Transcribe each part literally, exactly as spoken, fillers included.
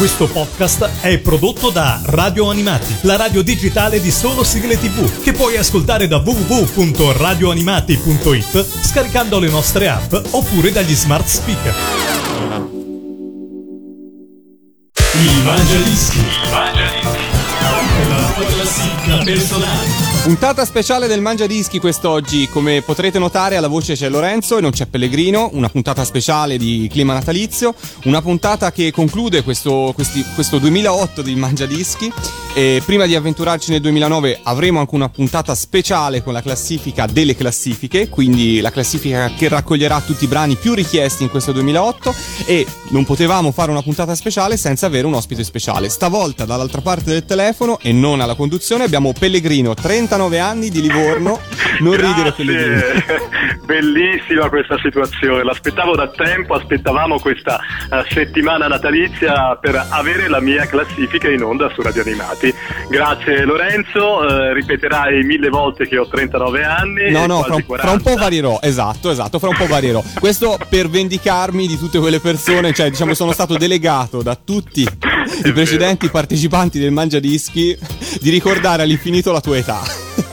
Questo podcast è prodotto da Radio Animati, la radio digitale di solo sigle tivù, che puoi ascoltare da w w w punto radio animati punto i t scaricando le nostre app oppure dagli smart speaker. Il Mangiadischi. Il Mangiadischi. La tua classifica personale. Puntata speciale del Mangiadischi quest'oggi. Come potrete notare, alla voce c'è Lorenzo e non c'è Pellegrino. Una puntata speciale di clima natalizio. Una puntata che conclude questo, questi, questo duemilaotto di Mangiadischi. E prima di avventurarci nel duemilanove avremo anche una puntata speciale con la classifica delle classifiche, quindi la classifica che raccoglierà tutti i brani più richiesti in questo duemilaotto. E non potevamo fare una puntata speciale senza avere un ospite speciale. Stavolta dall'altra parte del telefono e non alla conduzione abbiamo Pellegrino, trentanove anni, di Livorno. Non Grazie. Ridere, Pellegrino. Bellissima questa situazione, l'aspettavo da tempo, aspettavamo questa uh, settimana natalizia per avere la mia classifica in onda su Radio Animati. Grazie Lorenzo, uh, ripeterai mille volte che ho trentanove anni. No, no, fra un, fra un po' varierò, esatto, esatto, fra un po' varierò. Questo per vendicarmi di tutte quelle persone, cioè diciamo sono stato delegato da tutti i precedenti partecipanti del Mangiadischi di ricordare all'infinito la tua età.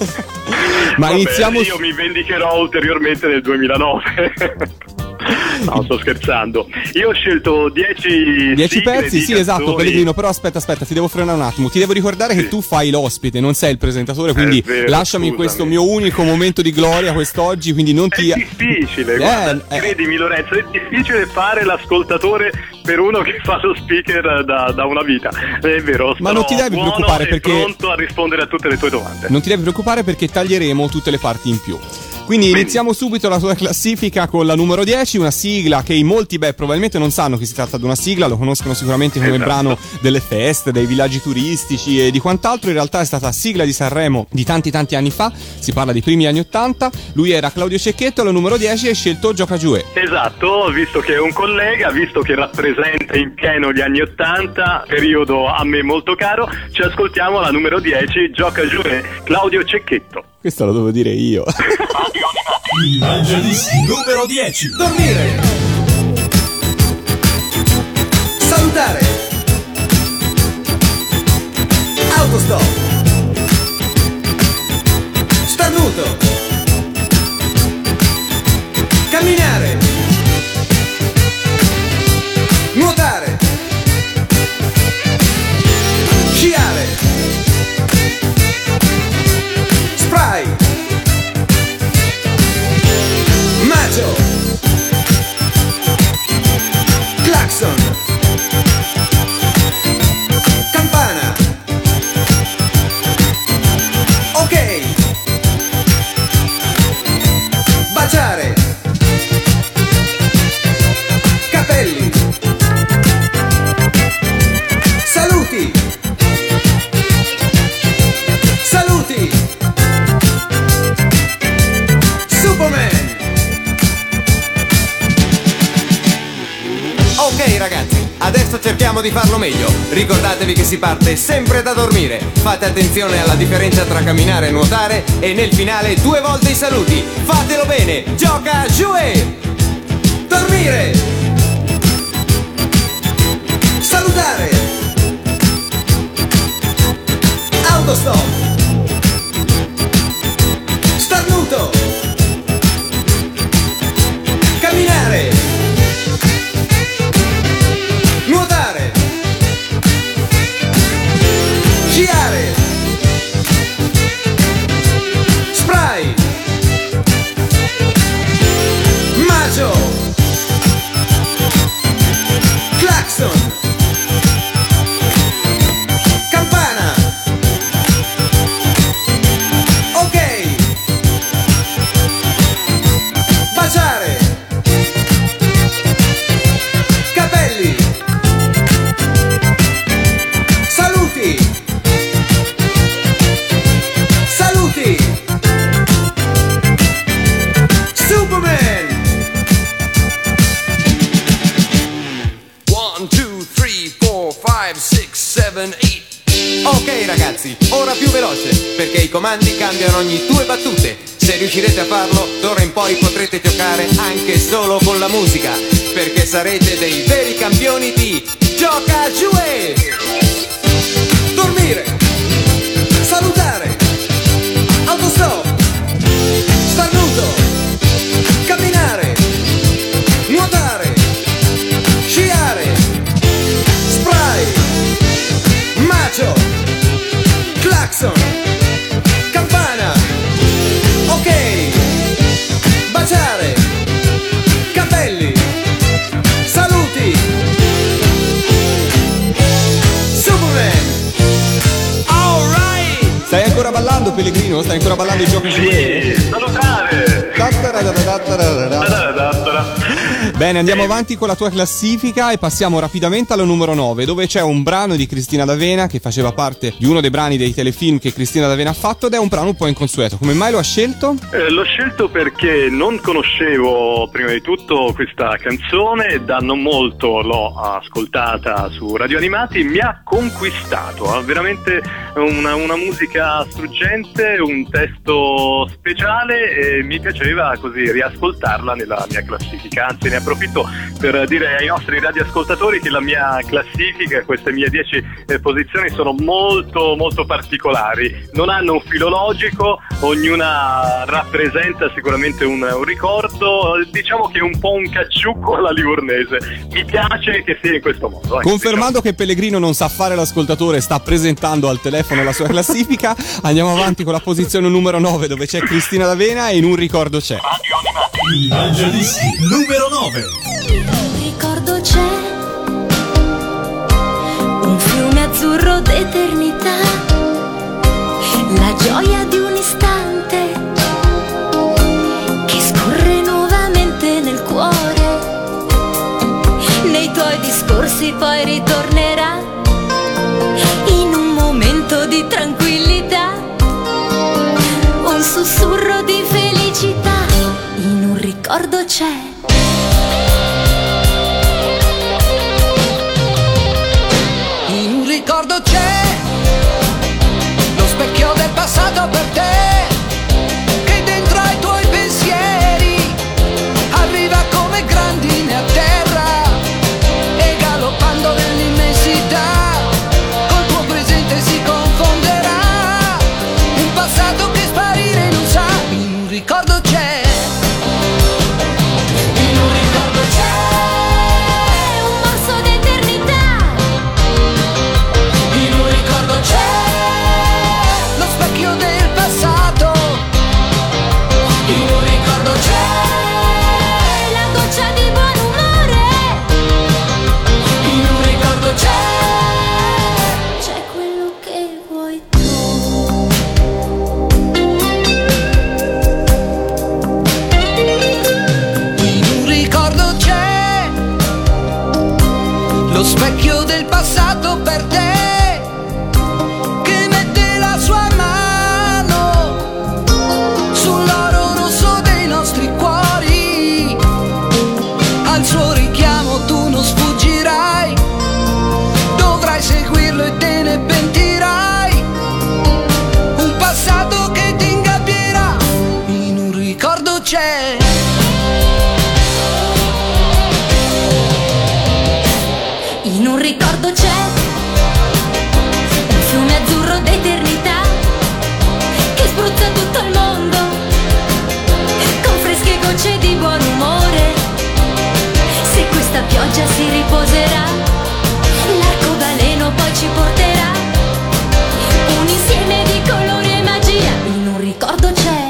Ma Vabbè, iniziamo. Io mi vendicherò ulteriormente nel duemilanove. No, sto scherzando. Io ho scelto dieci dieci pezzi, sì, canzoni. esatto, Pellegrino, però aspetta, aspetta, ti devo frenare un attimo. Ti devo ricordare sì. che tu fai l'ospite, non sei il presentatore, quindi vero, lasciami in questo mio unico momento di gloria quest'oggi, quindi non ti... È difficile, eh, guarda, eh. credimi Lorenzo, è difficile fare l'ascoltatore per uno che fa lo speaker da, da una vita. È vero, ma non ti devi buono preoccupare e perché... pronto a rispondere a tutte le tue domande. Non ti devi preoccupare perché taglieremo tutte le parti in più. Quindi iniziamo subito la tua classifica con la numero dieci, una sigla che in molti, beh, probabilmente non sanno che si tratta di una sigla, lo conoscono sicuramente come esatto. brano delle feste, dei villaggi turistici e di quant'altro. In realtà è stata sigla di Sanremo di tanti tanti anni fa, si parla dei primi anni ottanta. Lui era Claudio Cecchetto, alla numero dieci hai scelto Gioca Giuè. Esatto, visto che è un collega, visto che rappresenta in pieno gli anni ottanta, periodo a me molto caro, ci ascoltiamo la numero dieci, Gioca Giuè, Claudio Cecchetto. Questo lo devo dire io. Il Mangiadischi numero dieci. Dormire. Salutare. Autostop. Starnuto. Camminare. Nuotare. Sciare. Spray. Macio. Claxon. Campana. Ok. Baciare. Capelli. Saluti. Saluti. Superman. Ok ragazzi, adesso cerchiamo di farlo meglio. Ricordatevi che si parte sempre da dormire. Fate attenzione alla differenza tra camminare e nuotare. E nel finale due volte i saluti. Fatelo bene, Gioca Giuè. Dormire. Salutare. Autostop. Starnuto. Camminare. Nuotare. Sciare. Spray. Macio. Claxon. Campana. Ok. Baciare. Capelli. Saluti. Saluti. Superman. One, two, three, four, five, six, seven, eight. Ok ragazzi, ora più veloce, perché i comandi cambiano ogni due battute. Se riuscirete a farlo, d'ora in poi potrete giocare anche solo con la musica, perché sarete dei veri campioni di Gioca Giuè. ballando, Pellegrino? Stai ancora ballando il gioco su Sì, salutare! Bene, andiamo avanti con la tua classifica e passiamo rapidamente alla numero nove, dove c'è un brano di Cristina D'Avena che faceva parte di uno dei brani dei telefilm che Cristina D'Avena ha fatto, ed è un brano un po' inconsueto. Come mai lo ha scelto? Eh, l'ho scelto perché non conoscevo prima di tutto questa canzone, da non molto l'ho ascoltata su Radio Animati, mi ha conquistato, ha veramente una, una musica struggente, un testo speciale e mi piaceva così riascoltarla nella mia classifica. Anzi, ne approfitto per dire ai nostri radioascoltatori che la mia classifica, queste mie dieci eh, posizioni sono molto molto particolari, non hanno un filo logico, ognuna rappresenta sicuramente un, un ricordo, diciamo che è un po' un cacciucco alla livornese. Mi piace che sia in questo modo. Ecco, Confermando diciamo. che Pellegrino non sa fare l'ascoltatore, sta presentando al telefono la sua classifica, andiamo avanti con la posizione numero nove, dove c'è Cristina D'Avena e In un ricordo c'è. Il Mangiadischi numero nove. Un ricordo c'è, un fiume azzurro d'eternità, la gioia di un istante che scorre nuovamente nel cuore, nei tuoi discorsi poi ritornerà in un momento di tranquillità, un sussurro di felicità, in un ricordo c'è. In un ricordo c'è lo specchio del passato per te, che dentro ai tuoi pensieri arriva come grandine a terra e galoppando nell'immensità col tuo presente si confonderà, un passato che sparire non sa. In un ricordo c'è, in un ricordo c'è Un morso d'eternità, in un ricordo c'è lo specchio del passato, in un ricordo c'è la goccia di buon umore, in un ricordo c'è c'è quello che vuoi tu. in un ricordo c'è lo specchio del passato per te, che mette la sua mano sull'oro rosso dei nostri cuori, al suo richiamo tu non sfuggirai, dovrai seguirlo e te ne pentirai, un passato che ti ingabbierà, in un ricordo c'è. In un ricordo c'è un fiume azzurro d'eternità che spruzza tutto il mondo con fresche gocce di buon umore. Se questa pioggia si riposerà, l'arcobaleno poi ci porterà un insieme di colori e magia. In un ricordo c'è,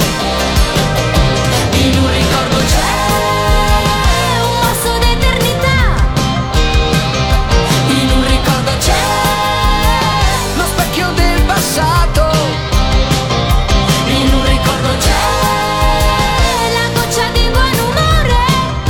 In un ricordo c'è un morso d'eternità, In un ricordo c'è lo specchio del passato, in un ricordo c'è la goccia di buon umore,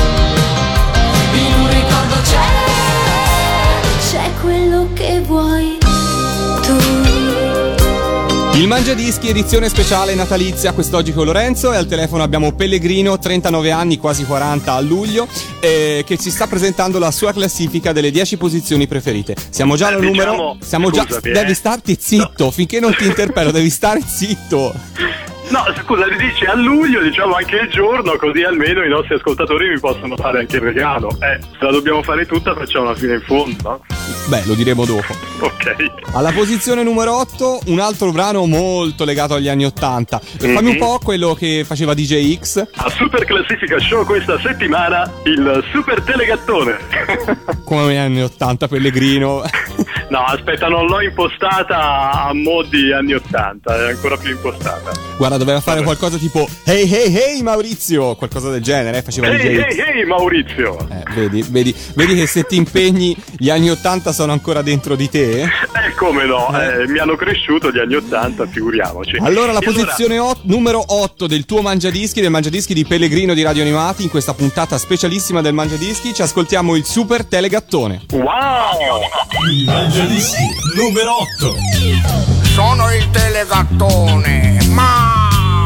in un ricordo c'è c'è quello che vuoi tu. Il Mangiadischi edizione speciale natalizia quest'oggi con Lorenzo, e al telefono abbiamo Pellegrino, trentanove anni, quasi quaranta a luglio, eh, che ci sta presentando la sua classifica delle dieci posizioni preferite. Siamo già al Eh, numero... diciamo- Siamo già... scusami, Devi eh. starti zitto, No. finché non ti interpello, devi stare zitto. No, scusa, mi dici a luglio, diciamo anche il giorno, così almeno i nostri ascoltatori mi possono fare anche il regalo. Eh, se la dobbiamo fare tutta facciamola fino in fondo, no? Beh, lo diremo dopo. Ok. Alla posizione numero otto, un altro brano molto legato agli anni ottanta. E fammi un Mhm. po' quello che faceva D J X. A Super Classifica Show questa settimana il Super Telegattone. Come negli anni ottanta, Pellegrino. No, aspetta, non l'ho impostata a mo' di anni ottanta, è ancora più impostata. Guarda, doveva fare Vabbè. qualcosa tipo Hey hey hey Maurizio, qualcosa del genere, eh? Faceva Hey il J. hey hey Maurizio. Eh, vedi, vedi, vedi che se ti impegni gli anni ottanta sono ancora dentro di te? Eh, come no, eh. Eh, mi hanno cresciuto gli anni ottanta, figuriamoci. Allora la e posizione allora... ot- numero otto del tuo Mangiadischi, del Mangiadischi di Pellegrino di Radio Animati, in questa puntata specialissima del Mangiadischi ci ascoltiamo il Super Telegattone. Wow! Il Mangiadischi numero otto. Sono il Telegattone, ma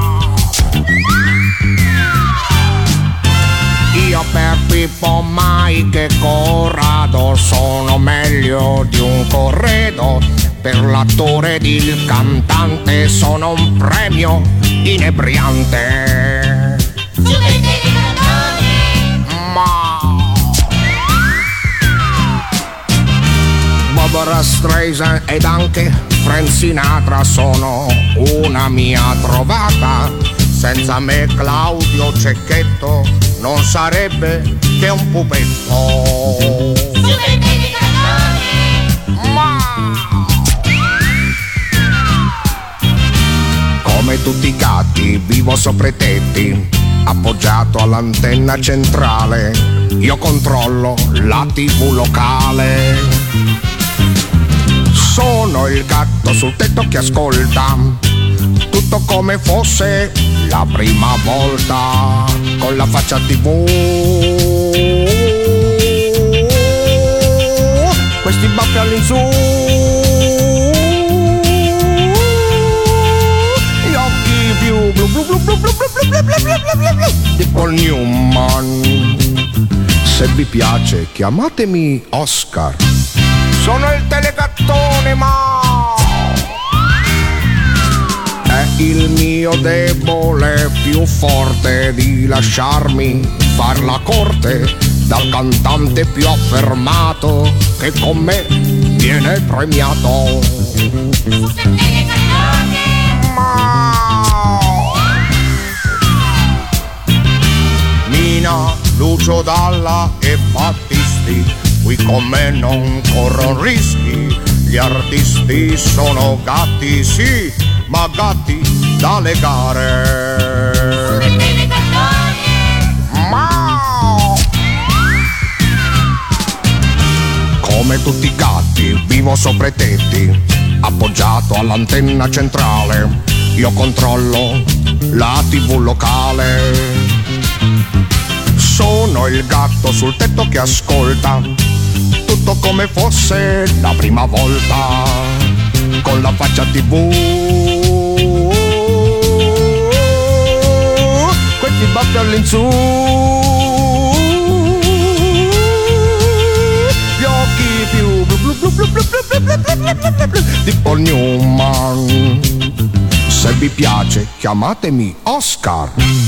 io per Pippo Mike e Corrado sono meglio di un corredo. Per l'attore ed il cantante sono un premio inebriante. Ma Barbara Streisand ed anche Frank Sinatra sono una mia trovata. Senza me Claudio Cecchetto non sarebbe che un pupetto. Ma come tutti i gatti vivo sopra i tetti, appoggiato all'antenna centrale. Io controllo la tivù locale. Sono il gatto sul tetto che ascolta tutto come fosse la prima volta, con la faccia tivù. Questi baffi all'insù, gli occhi più blu blu blu blu blu blu blu blu blu blu blu di Paul Newman. Se vi piace chiamatemi Oscar. Sono il Telegattone, ma è il mio debole più forte di lasciarmi far la corte dal cantante più affermato che con me viene premiato. Ma Mina, Lucio Dalla e Battisti qui con me non corrono rischi. Gli artisti sono gatti, sì, ma gatti da legare. Ma come tutti i gatti vivo sopra i tetti, appoggiato all'antenna centrale. Io controllo la tivù locale. Sono il gatto sul tetto che ascolta tutto come fosse la prima volta, con la faccia tivù. Questi baffi all'insù, gli occhi più blu blu blu blu blu blu blu blu blu blu blu di Paul Newman. Se vi piace chiamatemi Oscar.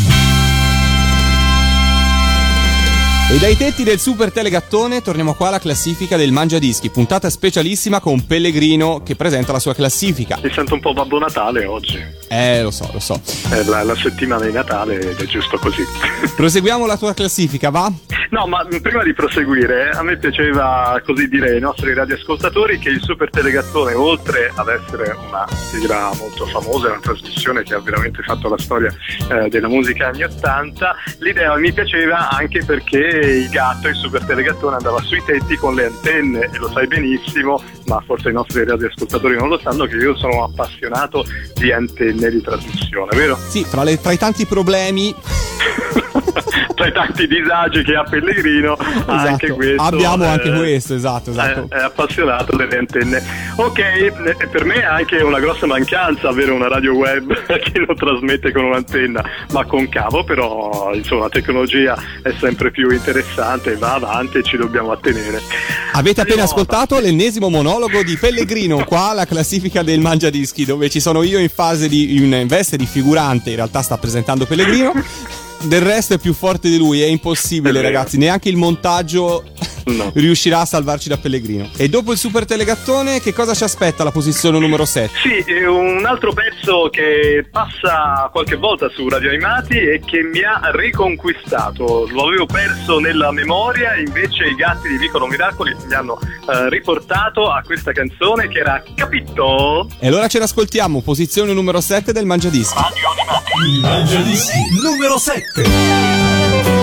E dai tetti del Super Telegattone torniamo qua alla classifica del Mangiadischi, puntata specialissima con Pellegrino che presenta la sua classifica. Mi sento un po' Babbo Natale oggi. Eh, lo so, lo so. È la, la settimana di Natale ed è giusto così. Proseguiamo la tua classifica, va? No, ma prima di proseguire, a me piaceva così dire ai nostri radioascoltatori che il Super Telegattone, oltre ad essere una sigla molto famosa, una trasmissione che ha veramente fatto la storia eh, della musica anni ottanta, l'idea mi piaceva anche perché il gatto, il Super Telegattone, andava sui tetti con le antenne, e lo sai benissimo, ma forse i nostri radioascoltatori non lo sanno, che io sono appassionato di antenne di trasmissione, vero? Sì, tra, le, tra i tanti problemi tra i tanti disagi che ha Pellegrino, esatto. anche questo abbiamo eh, anche questo, esatto, esatto. È, è appassionato delle antenne. Ok, per me è anche una grossa mancanza avere una radio web che non trasmette con un'antenna ma con cavo, però insomma la tecnologia è sempre più interessante, va avanti e ci dobbiamo attenere. Avete appena Andiamo ascoltato avanti. l'ennesimo monologo di Pellegrino, qua alla classifica del Mangiadischi, dove ci sono io in fase di in veste di figurante, in realtà sta presentando Pellegrino. Del resto è più forte di lui, è impossibile, È vero. ragazzi, neanche il montaggio No. riuscirà a salvarci da Pellegrino. E dopo il super telegattone, che cosa ci aspetta alla posizione numero sette? Sì, è un altro pezzo che passa qualche volta su Radio Animati e che mi ha riconquistato. Lo avevo perso nella memoria, invece i gatti di Piccolo Miracoli mi hanno eh, riportato a questa canzone che era Capito? E allora ce l'ascoltiamo, posizione numero sette del Mangiadischi. Radio Animati. Il Mangiadischi numero sette.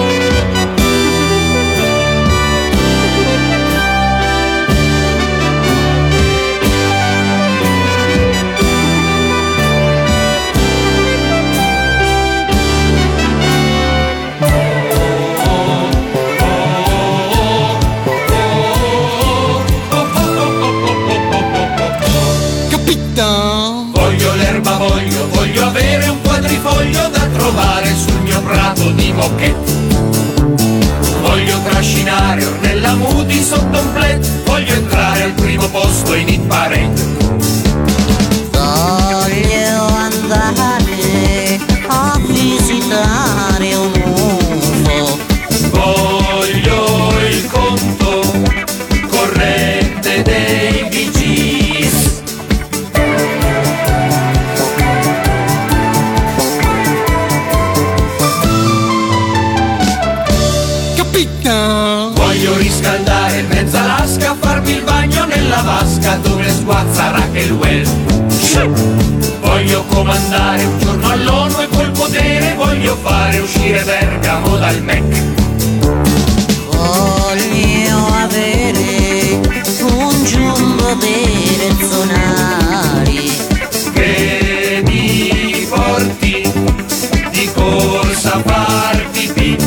Voglio l'erba, voglio, voglio avere un quadrifoglio da trovare sul mio prato di moquette. Voglio trascinare Ornella Muti sotto un plet, voglio entrare al primo posto in hit parade. Voglio andare a visitare un U F O. Voglio il conto corrente dei Bee Gees. Voglio riscaldare mezza Alaska, farmi il bagno nella vasca dove sguazza Rachel Well. Voglio comandare un giorno all'ONU e col potere voglio fare uscire Bergamo dal M E C. Voglio avere un giumbo dei rezzonari che mi porti di corsa a far pipì.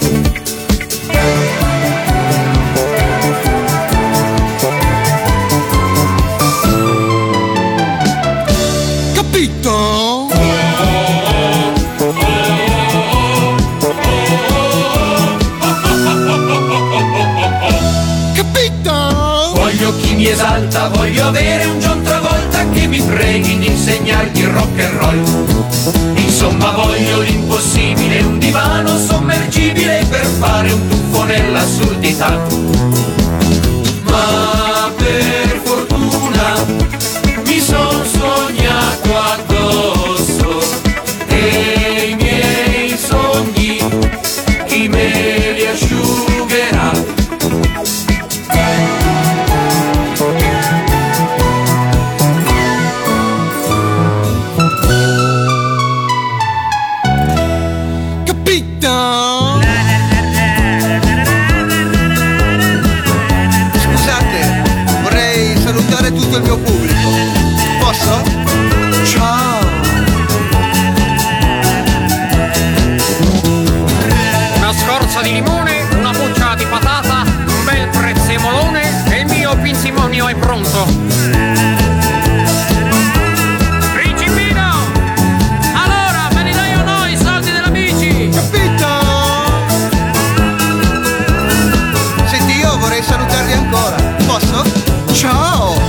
Voglio chi mi esalta, voglio avere un John Travolta che mi preghi di insegnargli il rock and roll. Insomma voglio l'impossibile, un divano sommergibile per fare un tuffo nell'assurdità. Ma per fortuna mi son sognato addosso e i miei sogni chi me li asciugherà? Tutto il mio pubblico. Posso? Ciao. Una scorza di limone, una buccia di patata, un bel prezzemolone e il mio pinzimonio è pronto. Principino! Allora, me li dai o no i soldi della bici? Capito? Senti, io vorrei salutarli ancora. Posso? Ciao!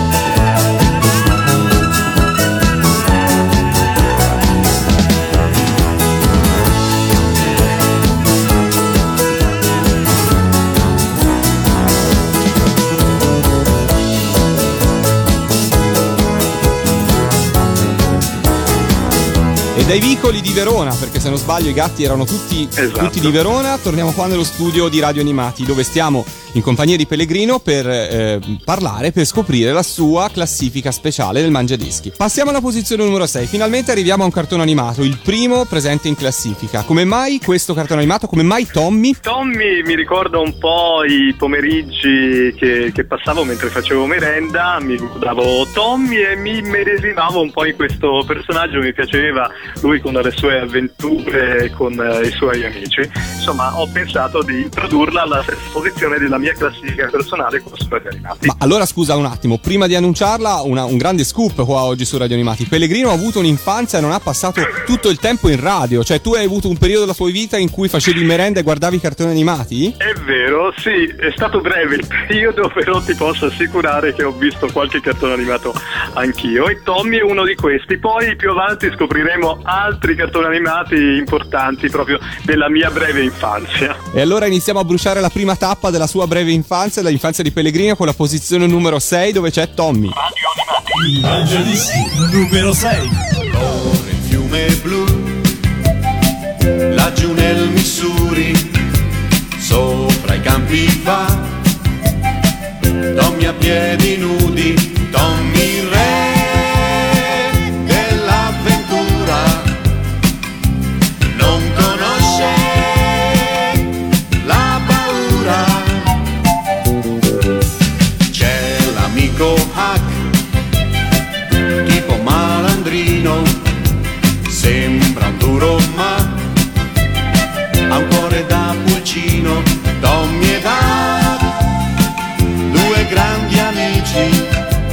E dai vicoli di Verona, perché se non sbaglio i gatti erano tutti, esatto. tutti di Verona, torniamo qua nello studio di Radio Animati, dove stiamo in compagnia di Pellegrino per eh, parlare, per scoprire la sua classifica speciale del Mangiadischi. Passiamo alla posizione numero sei, finalmente arriviamo a un cartone animato, il primo presente in classifica. Come mai questo cartone animato? Come mai Tommy? Tommy mi ricorda un po' i pomeriggi che, che passavo mentre facevo merenda, mi guardavo Tommy e mi immedesimavo un po' in questo personaggio, mi piaceva lui con le sue avventure con eh, i suoi amici. Insomma, ho pensato di introdurla alla stessa posizione della mia classifica personale con Super Animati. Ma allora scusa un attimo, prima di annunciarla, una, un grande scoop qua oggi su Radio Animati. Pellegrino ha avuto un'infanzia e non ha passato tutto il tempo in radio, cioè tu hai avuto un periodo della tua vita in cui facevi merenda e guardavi cartoni animati? È vero, sì, è stato breve il periodo, però ti posso assicurare che ho visto qualche cartone animato anch'io e Tommy è uno di questi. Poi più avanti scopriremo altri cartoni animati importanti proprio della mia breve infanzia. E allora iniziamo a bruciare la prima tappa della sua breve infanzia, dell'infanzia di Pellegrino, con la posizione numero sei, dove c'è Tommy. Il Mangiadischi numero sei. Corre il fiume blu, laggiù nel Missouri, sopra i campi va, Tommy a piedi nudi, Tommy il re dell'avventura, non conosce la paura. C'è l'amico Huck, tipo malandrino, sembra un duro ma ha un cuore da pulcino. Tommy e Huck, due grandi amici,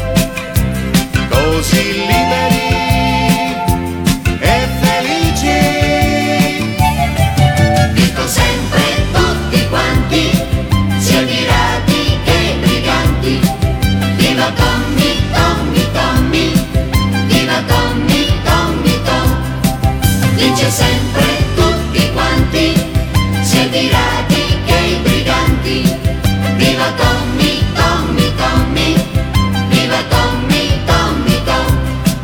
così liberi e felici. Dico sempre tutti quanti, sia pirati che briganti, viva Tommy, Tommy, Tommy, viva Tommy, Tommy, Tom. Dice sempre tutti quanti, sia pirati che briganti, viva Tommy, Tommy, Tommy, viva Tommy, Tommy, Tom.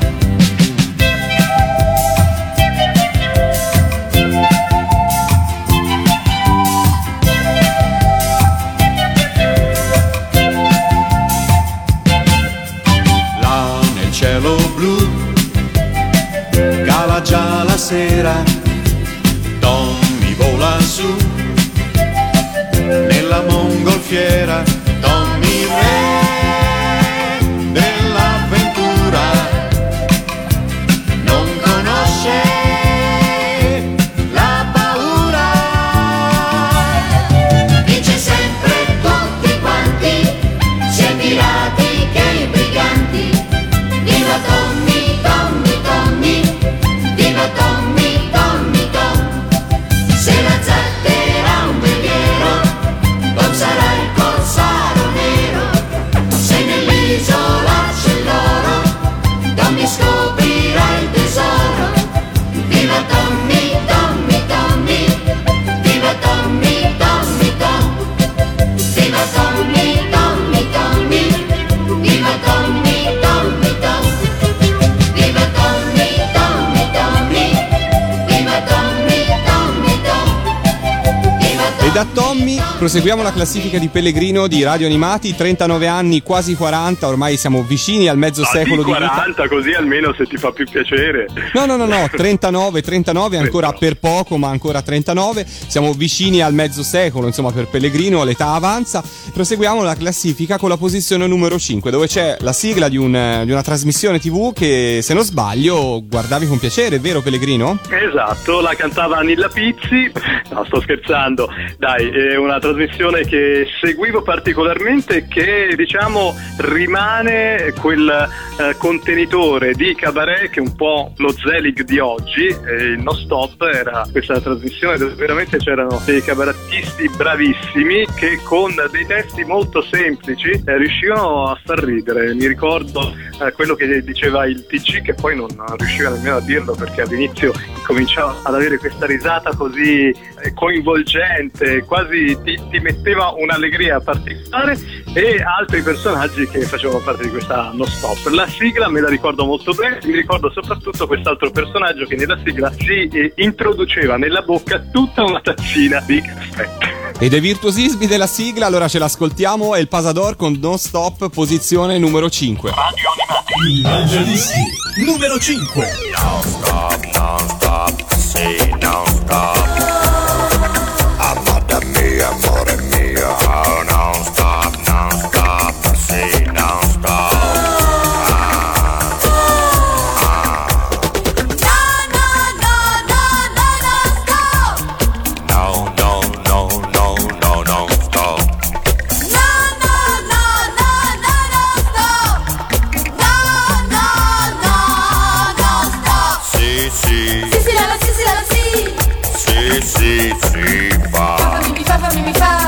Là nel cielo blu cala già la sera, Tommy vola su nella mongolfiera, Tommy re dell'avventura, non conosce la paura. Dice sempre tutti quanti, sia pirati che briganti, viva Tommy, Tommy, Tommy, viva Tommy, Tommy, Tom. Se la zattera un veliero, Tom sarà il corsaro nero. Se nell'isola c'è l'oro, Tommy scoprirà il tesoro. Viva Tommy, Tommy, Tommy, viva Tommy, Tommy, Tom. Viva Tommy, Tommy, Tommy, viva Tommy, Tommy, Tom. Viva Tommy, Tommy, Tommy, viva Tommy, Tommy, Tom. Viva E da Tommy proseguiamo la classifica di Pellegrino di Radio Animati, trentanove anni, quasi quaranta, ormai siamo vicini al mezzo Ah, secolo di di vita. quaranta, così almeno se ti fa più piacere. No, no, no, no, trentanove, trentanove, ancora per poco, ma ancora trentanove. Siamo vicini al mezzo secolo, insomma, per Pellegrino, l'età avanza. Proseguiamo la classifica con la posizione numero cinque, dove c'è la sigla di, un, di una trasmissione tivù che, se non sbaglio, guardavi con piacere, vero Pellegrino? Esatto, la cantava Nilla Pizzi. No, sto scherzando. Dai, è una trasmissione che seguivo particolarmente, che diciamo rimane quel eh, contenitore di cabaret che è un po' lo Zelig di oggi. E il No Stop era questa trasmissione dove veramente c'erano dei cabarettisti bravissimi che con dei testi molto semplici eh, riuscivano a far ridere. Mi ricordo eh, quello che diceva il T G, che poi non riusciva nemmeno a dirlo perché all'inizio cominciava ad avere questa risata così eh, coinvolgente, quasi ti, ti metteva un'allegria particolare, e altri personaggi che facevano parte di questa No Stop. La sigla me la ricordo molto bene, mi ricordo soprattutto quest'altro personaggio che nella sigla si eh, introduceva nella bocca tutta una tazzina di caffè. E dei virtuosismi della sigla, allora ce l'ascoltiamo, è il Pasador con Non Stop, posizione numero cinque. Radio Animati, il Mangiadischi numero cinque. Non stop, non stop, sì, non stop. Amata mia, amore mio, oh, non stop, non stop, sì, non stop. Sì, sì, fa, fa, mi fa, fa, mi fa.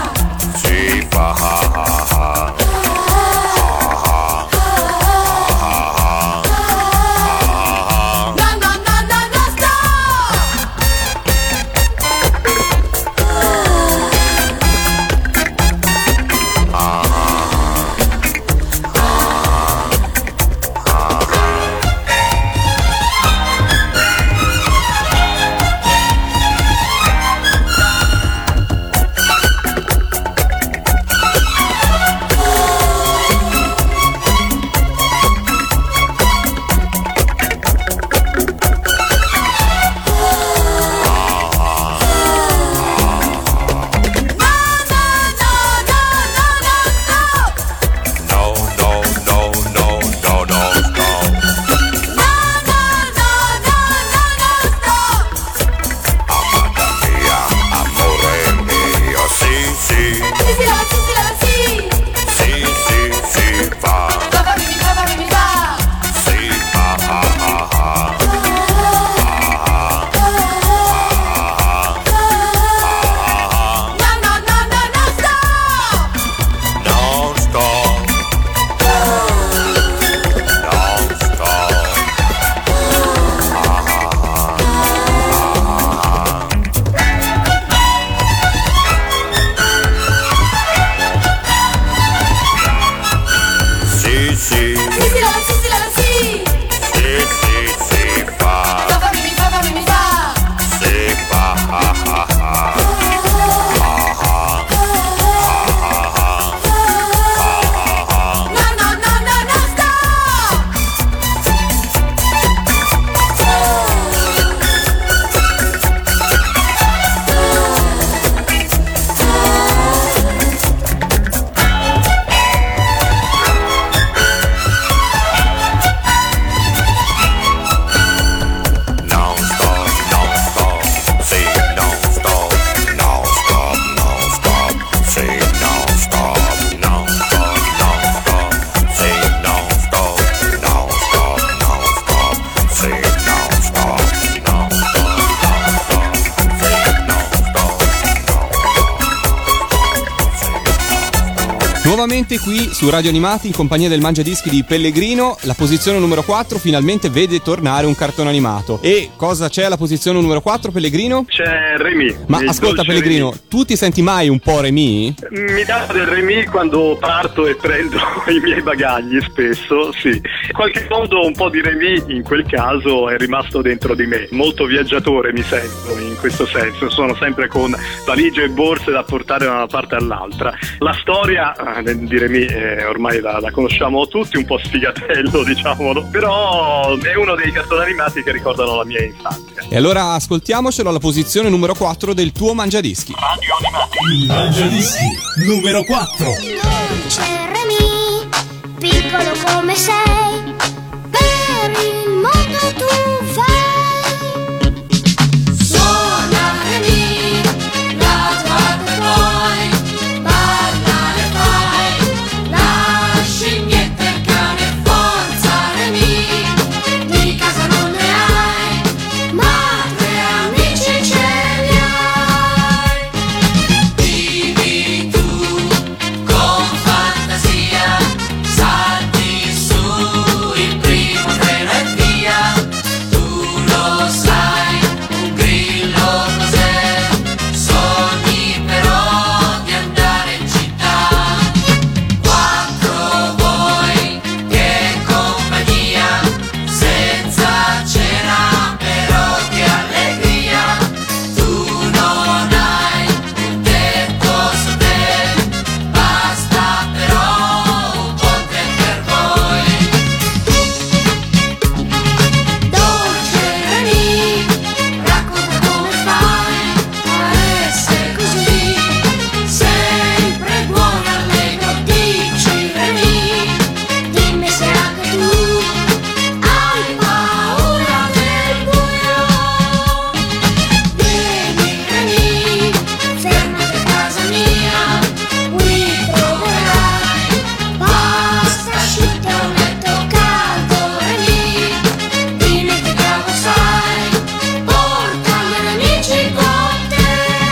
Nuovamente qui su Radio Animati in compagnia del Mangiadischi di Pellegrino, la posizione numero quattro finalmente vede tornare un cartone animato. E cosa c'è alla posizione numero quattro, Pellegrino? C'è Remy. Ma ascolta Pellegrino, Remy. Tu ti senti mai un po' Remy? Mi dà del Remy quando parto e prendo i miei bagagli spesso, sì. In qualche modo un po' di Remy in quel caso è rimasto dentro di me. Molto viaggiatore mi sento in questo senso, sono sempre con valigie e borse da portare da una parte all'altra. La storia di Remy eh, ormai la, la conosciamo tutti, un po' sfigatello diciamolo, però è uno dei cartoni animati che ricordano la mia infanzia. E allora ascoltiamocelo alla posizione numero quattro del tuo Mangiadischi. Radio Animati, Mangiadischi numero quattro. Dolce Remy, piccolo come sei, per il mondo tu vai. Suona Remy, la tua poi, balla e fai, la scimmietta e il cane, forza Remy, di casa non ne hai, ma tre amici ce li hai. Vivi tu con fantasia, salti su il primo treno e via. Tu lo sai, un grillo cos'è? Sogni però di andare in città. Quattro voi, che compagnia, senza cena però che allegria. Tu non hai un tetto su te, basta però un ponte per voi. Dolce Remy, racconta come fai a essere così, sempre buono, allegro, dici Remy, dimmi se anche tu hai paura del buio. Vieni Remy, fermati a casa mia, qui troverai pasta asciutta e un letto caldo. Remy, dimmi che bravo sai, porta gli amici con te.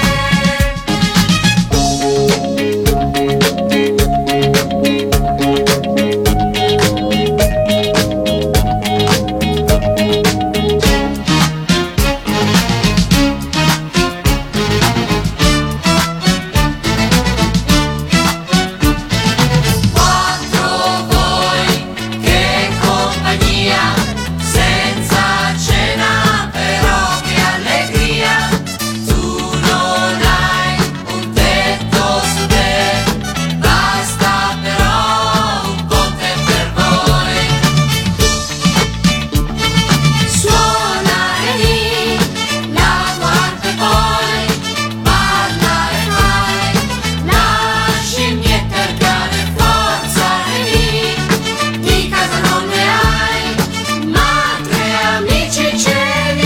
Quattro voi, che compagnia, senza cena però che allegria. Tu non hai un tetto su te, basta però un ponte per voi. Suona Remy, la tua arpa e poi, balla e fai, la scimmietta e il cane, forza Remy, di casa non ne hai, ma tre amici ce li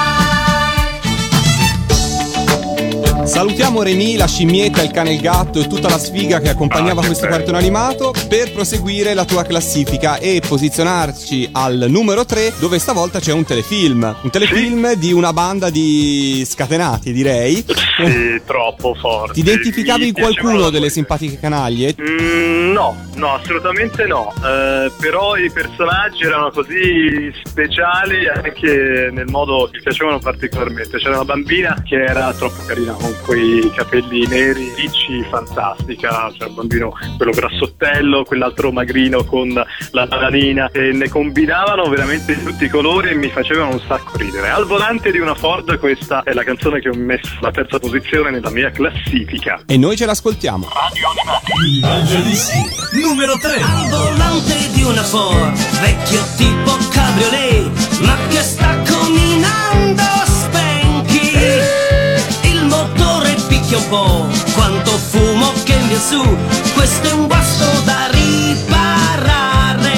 hai. Salutiamo Remy, la scimmietta, il cane e il gatto e tutta la sfiga che accompagnava Ah, che questo bello. cartone animato per proseguire la tua classifica e posizionarci al numero tre, dove stavolta c'è un telefilm. Un telefilm di una banda di scatenati, direi. Sì, troppo forte. Ti identificavi Mi in qualcuno piacevano delle molto. simpatiche canaglie? Mm, no, no, assolutamente no. Eh, però i personaggi erano così speciali anche nel modo che piacevano particolarmente. C'era una bambina che era troppo carina con quei capelli neri, ricci, fantastica. C'era un bambino, quello grassottello, quell'altro magrino con la bananina, e ne combinavano veramente di tutti i colori e mi facevano un sacco ridere. Al volante di una Ford, questa è la canzone che ho messo alla terza posizione nella mia classifica. E noi ce l'ascoltiamo. Radio Animati, Mangiadischi numero tre. Al volante di una Ford, vecchio tipo cabriolet, ma che sta combinando spenchi. Il motore picchia un po', quanto fumo che viene su, questo è un guasto da riparare.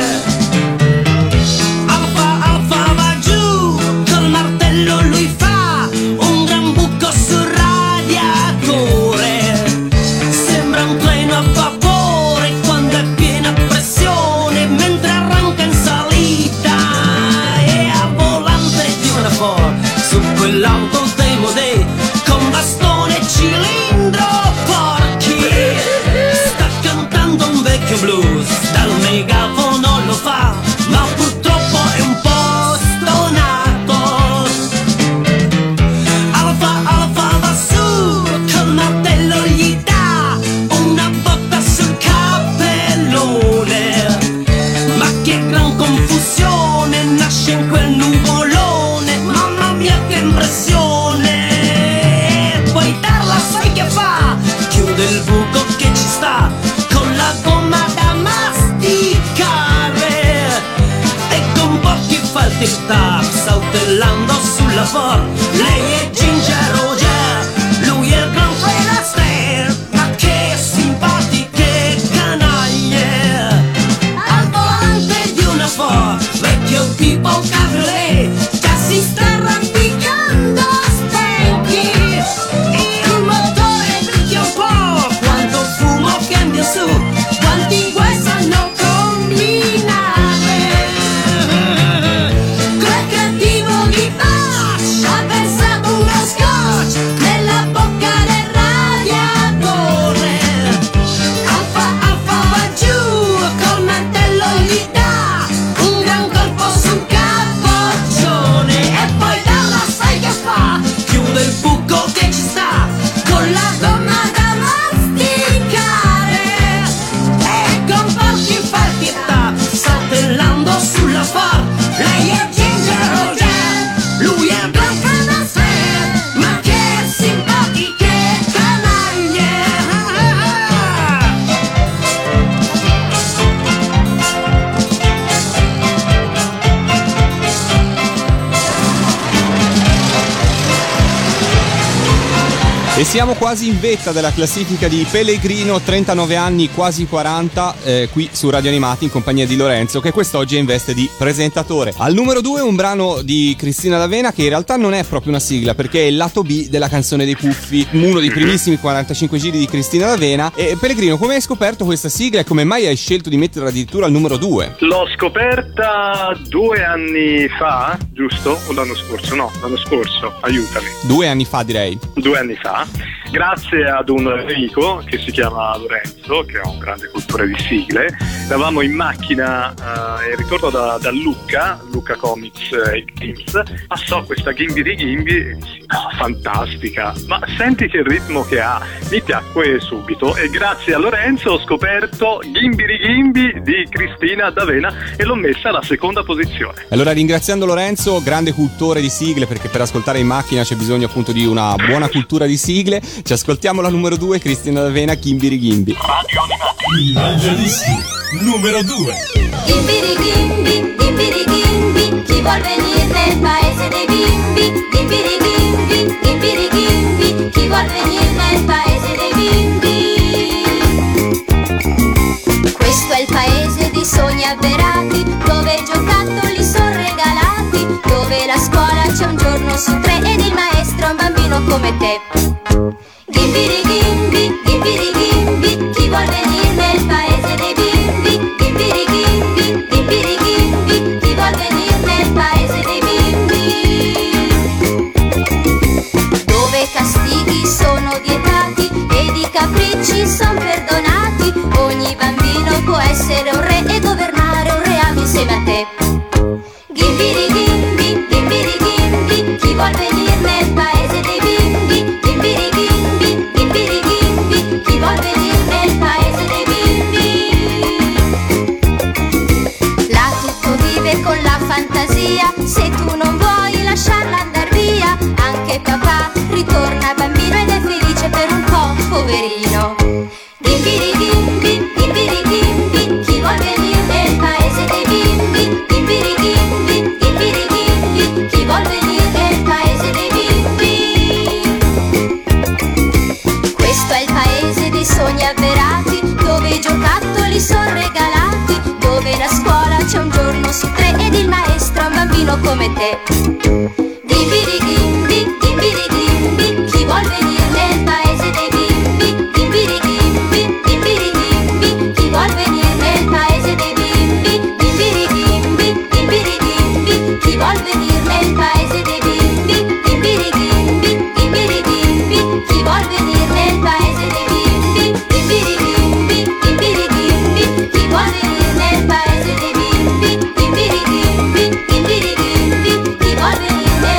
Alfa, alfa va giù, col martello lui fa un gran buco sul radiatore. Sembra un treno a vapore quando è piena pressione, mentre arranca in salita. E al volante di una Ford, su quell'auto demodè, con bastone e cilindro porchi, sta cantando tic-tac, saltellando sulla porta. Lei è Ginger Roger, lui è il gran Fred Astaire. Ma che simpatiche canaglie! Al volante di una Ford, vecchio tipo cabriolet, che si sta arrampicando a specchi. Il motore picchia un po', quanto fumo cambia su, quanti guai sanno combinare. Quel cattivo di Bosch ha versato uno scotch nella bocca del radiatore. Alfa, alfa va giù, col mantello gli dà un gran colpo sul capoccione. E poi dalla sai che fa, chiude il buco che ci sta con la gomma da masticare. E con pochi farti e tap, saltellando sulla Ford. Lei è Ginger Roger, lui è il gran Fred Astaire. Ma che simpatiche canaglie! E siamo quasi in vetta della classifica di Pellegrino, trentanove anni, quasi quaranta, eh, qui su Radio Animati in compagnia di Lorenzo, che quest'oggi è in veste di presentatore. Al numero due un brano di Cristina D'Avena che in realtà non è proprio una sigla, perché è il lato B della canzone dei Puffi, uno dei primissimi quarantacinque giri di Cristina D'Avena. E Pellegrino, come hai scoperto questa sigla e come mai hai scelto di metterla addirittura al numero due? L'ho scoperta due anni fa, giusto? O l'anno scorso? No, l'anno scorso, aiutami. Due anni fa, direi. Due anni fa, grazie ad un amico che si chiama Lorenzo, che ha un grande cultore di sigle. Eravamo in macchina eh, e ritorno da, da Lucca, Lucca Comics e Games, passò questa Gimbi di Gimbi e dissi, no, fantastica, ma senti che ritmo che ha, mi piacque subito e grazie a Lorenzo ho scoperto Gimbi di Gimbi di Cristina D'Avena e l'ho messa alla seconda posizione. Allora, ringraziando Lorenzo, grande cultore di sigle, perché per ascoltare in macchina c'è bisogno appunto di una buona cultura di sigle, ci ascoltiamo la numero due, Cristina D'Avena, Gimbiri Gimbi. Radio Animati, il Mangiadischi, numero due. Gimbiri Gimbi, Gimbiri Gimbi, chi vuol venire nel paese dei bimbi? Gimbiri Gimbi, Gimbiri Gimbi, chi vuol venire nel paese dei bimbi? Questo è il paese dei sogni avverati, dove i giocattoli sono regalati, dove la scuola c'è un giorno su tre ed il maestro è un bambino come te. Gimbiri Gimbi, Gimbiri Gimbi, chi vuol venire nel paese dei bimbi? Gimbiri Gimbi, Gimbiri Gimbi, chi vuol venire nel paese dei bimbi? Dove i castighi sono vietati ed i capricci son perdonati, ogni bambino può essere un re e governare un reame insieme a te. Gimbiri Gimbi, Gimbiri Gimbi, chi vuol venire nel paese dei bimbi? Gimbiri Gimbi, Gimbiri Gimbi, chi vuol venire nel paese dei bimbi? Là tutto vive con la fantasia, se tu non vuoi lasciarla andar via, anche papà ritorna bambino ed è felice per un po', poverino. Gimbiri Gimbi, Gimbiri Gimbi, chi vuol venire nel paese dei bimbi? Gimbiri Gimbi, Gimbiri Gimbi, chi vuol venire nel paese dei bimbi? Questo è il paese dei sogni avverati, dove i giocattoli sono regalati, dove la scuola c'è un giorno su tre ed il maestro è un bambino come te. Gimbiri Gimbi, Gimbiri Gimbi, chi vuol venire nel paese dei bimbi? Gimbiri Gimbi, Gimbiri Gimbi, chi vuol venire nel paese dei bimbi? Gimbiri Gimbi, Gimbiri Gimbi, chi vuol venire nel paese dei bimbi? Gimbiri Gimbi, Gimbiri Gimbi, chi vuol venire nel paese dei bimbi? Gimbiri Gimbi, Gimbiri Gimbi, chi vuol venire nel paese dei bimbi? Gimbiri Gimbi, Gimbiri Gimbi, chi vuol venire nel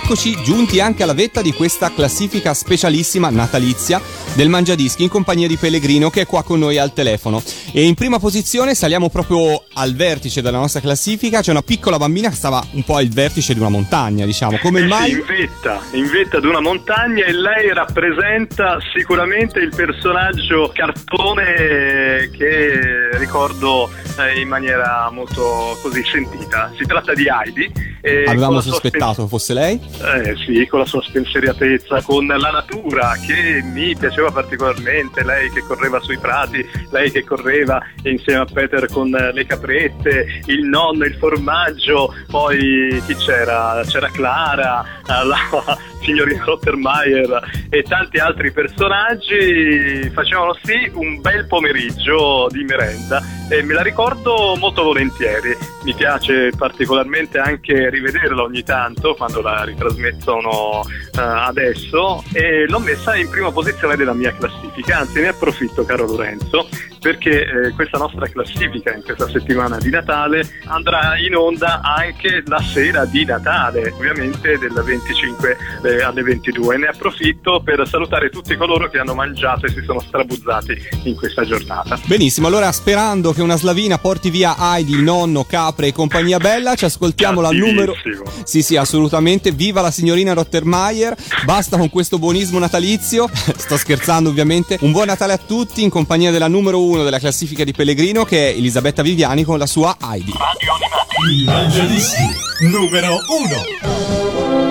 eccoci giunti anche alla vetta di questa classifica specialissima natalizia del Mangiadischi in compagnia di Pellegrino, che è qua con noi al telefono. E in prima posizione saliamo proprio al vertice della nostra classifica. C'è una piccola bambina che stava un po' al vertice di una montagna, diciamo. Come mai? In vetta, in vetta di una montagna, e lei rappresenta sicuramente il personaggio cartone che ricordo eh, in maniera molto così sentita. Si tratta di Heidi. E avevamo sospettato spen- fosse lei? Eh sì, con la sua spensieratezza, con la natura che mi piaceva particolarmente, lei che correva sui prati, lei che correva insieme a Peter con le caprette, il nonno, il formaggio, poi chi c'era? C'era Clara, la signorina Rottermeier e tanti altri personaggi. Facevano sì un bel pomeriggio di merenda e me la ricordo molto volentieri. Mi piace particolarmente anche rivederla ogni tanto quando la ritrasmettono uh, adesso, e l'ho messa in prima posizione della mia classifica. Anzi, ne approfitto, caro Lorenzo, perché eh, questa nostra classifica in questa settimana di Natale andrà in onda anche la sera di Natale, ovviamente del venticinque eh, alle ventidue. Ne approfitto per salutare tutti coloro che hanno mangiato e si sono strabuzzati in questa giornata. Benissimo, allora sperando che una slavina porti via Heidi, il nonno, capre e compagnia bella, ci ascoltiamo la numero... Sì sì, assolutamente, viva la signorina Rottermeier, basta con questo buonismo natalizio. Sto scherzando ovviamente. Un buon Natale a tutti in compagnia della numero uno della classifica di Pellegrino, che è Elisabetta Viviani con la sua Heidi. Il Mangiadischi numero uno.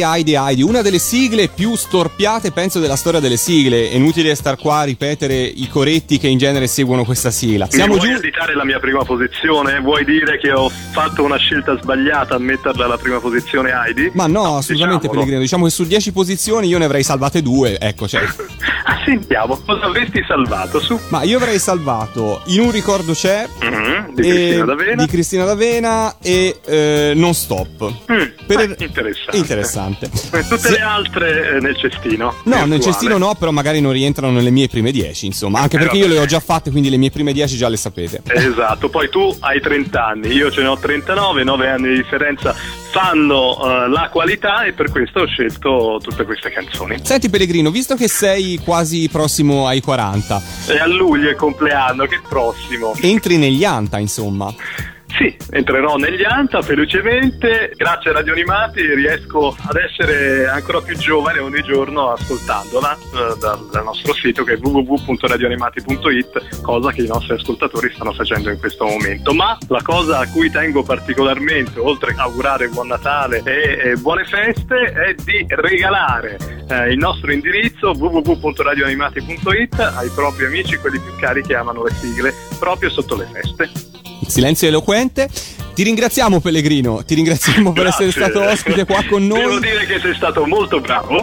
Heidi Heidi, una delle sigle più storpiate penso della storia delle sigle. È inutile star qua a ripetere i coretti che in genere seguono questa sigla. Siamo Mi vuoi giù... additare la mia prima posizione? Vuoi dire che ho fatto una scelta sbagliata a metterla alla prima posizione Heidi? Ma no, assolutamente, diciamolo. Pellegrino. Diciamo che su dieci posizioni io ne avrei salvate due. Ecco, cioè. Ah, sentiamo, cosa avresti salvato su? Ma io avrei salvato In un ricordo c'è, Mm-hmm, di e- Cristina D'Avena. di Cristina D'Avena e eh, Non Stop. Mm, Per- ah, interessante. Interessante. Eh, Tutte le altre eh, nel cestino. No, nel virtuale. cestino no, però magari non rientrano nelle mie prime dieci, insomma. Anche Eh, perché io vabbè. le ho già fatte, quindi le mie prime dieci già le sapete. Esatto, poi tu hai trenta anni, io ce ne ho trentanove, nove anni di differenza fanno eh, la qualità e per questo ho scelto tutte queste canzoni. Senti Pellegrino, visto che sei quasi prossimo ai quaranta, E a luglio è il compleanno, che prossimo. entri negli anta, insomma. Sì, entrerò negli Anta felicemente, grazie a Radio Animati riesco ad essere ancora più giovane ogni giorno ascoltandola eh, dal, dal nostro sito che è w w w punto radio animati punto i t, cosa che i nostri ascoltatori stanno facendo in questo momento. Ma la cosa a cui tengo particolarmente, oltre a augurare buon Natale e, e buone feste, è di regalare eh, il nostro indirizzo w w w punto radio animati punto i t ai propri amici, quelli più cari che amano le sigle, proprio sotto le feste. Silenzio eloquente. Ti ringraziamo Pellegrino, ti ringraziamo per Grazie. essere stato ospite qua con noi. Devo dire che sei stato molto bravo.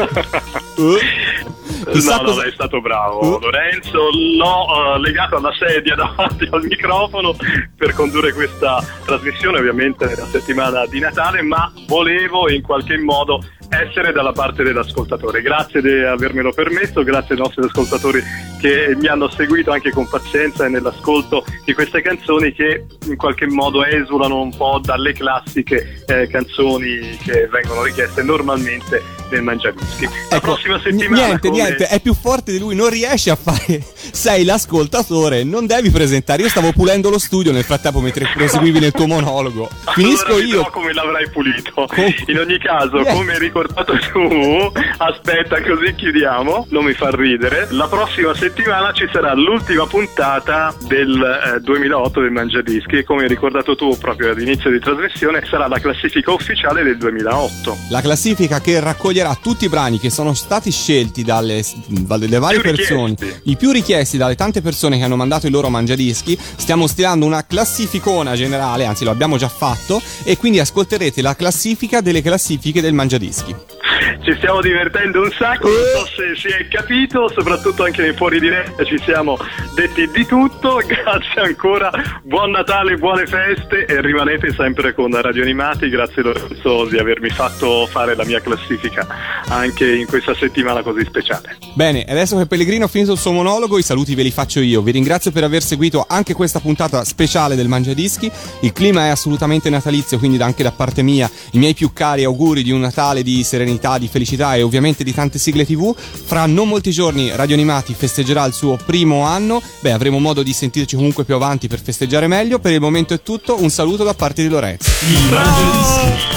Chissà no, cosa- no, è stato bravo Uh. Lorenzo. L'ho eh, legato alla sedia davanti al microfono per condurre questa trasmissione, ovviamente nella settimana di Natale, ma volevo in qualche modo essere dalla parte dell'ascoltatore. Grazie di avermelo permesso, grazie ai nostri ascoltatori che mi hanno seguito anche con pazienza e nell'ascolto di queste canzoni che in qualche modo esulano un po' dalle classiche eh, canzoni che vengono richieste normalmente nel Mangiadischi. La Ecco, prossima n- settimana niente, come- niente, è più forte di lui, non riesce a fare. Sei l'ascoltatore, non devi presentare. Io stavo pulendo lo studio nel frattempo mentre proseguivi nel tuo monologo. Finisco Allora io. vedrò come l'avrai pulito. Com- In ogni caso, Yeah. come hai ricordato tu, aspetta, così chiudiamo, non mi fa ridere. La prossima settimana ci sarà l'ultima puntata del eh, duemilaotto del Mangiadischi e come hai ricordato tu proprio all'inizio di trasmissione sarà la classifica ufficiale del duemilaotto. La classifica che raccoglierà tutti i brani che sono stati scelti dalle, dalle varie Più persone, richiesti. i più richiesti dalle tante persone che hanno mandato i loro mangiadischi. Stiamo stilando una classificona generale, anzi lo abbiamo già fatto, e quindi ascolterete la classifica delle classifiche del mangiadischi. Ci stiamo divertendo un sacco, non so se si è capito, soprattutto anche nei fuori diretta ci siamo detti di tutto. Grazie ancora, buon Natale, buone feste e rimanete sempre con Radio Animati. Grazie Lorenzo di avermi fatto fare la mia classifica anche in questa settimana così speciale. Bene, adesso che Pellegrino ha finito il suo monologo, i saluti ve li faccio io. Vi ringrazio per aver seguito anche questa puntata speciale del Mangiadischi. Il clima è assolutamente natalizio, quindi anche da parte mia i miei più cari auguri di un Natale di serenità, di felicità e ovviamente di tante sigle tivù. Fra non molti giorni Radio Animati festeggerà il suo primo anno. Beh, avremo modo di sentirci comunque più avanti per festeggiare meglio. Per il momento è tutto, un saluto da parte di Lorenzo. Il Mangiadischi.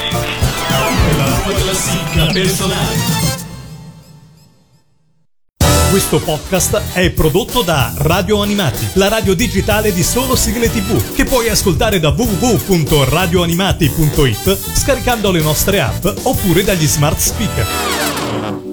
La tua classifica personale. Questo podcast è prodotto da Radio Animati, la radio digitale di solo sigle tivù, che puoi ascoltare da w w w punto radio animati punto i t scaricando le nostre app oppure dagli smart speaker.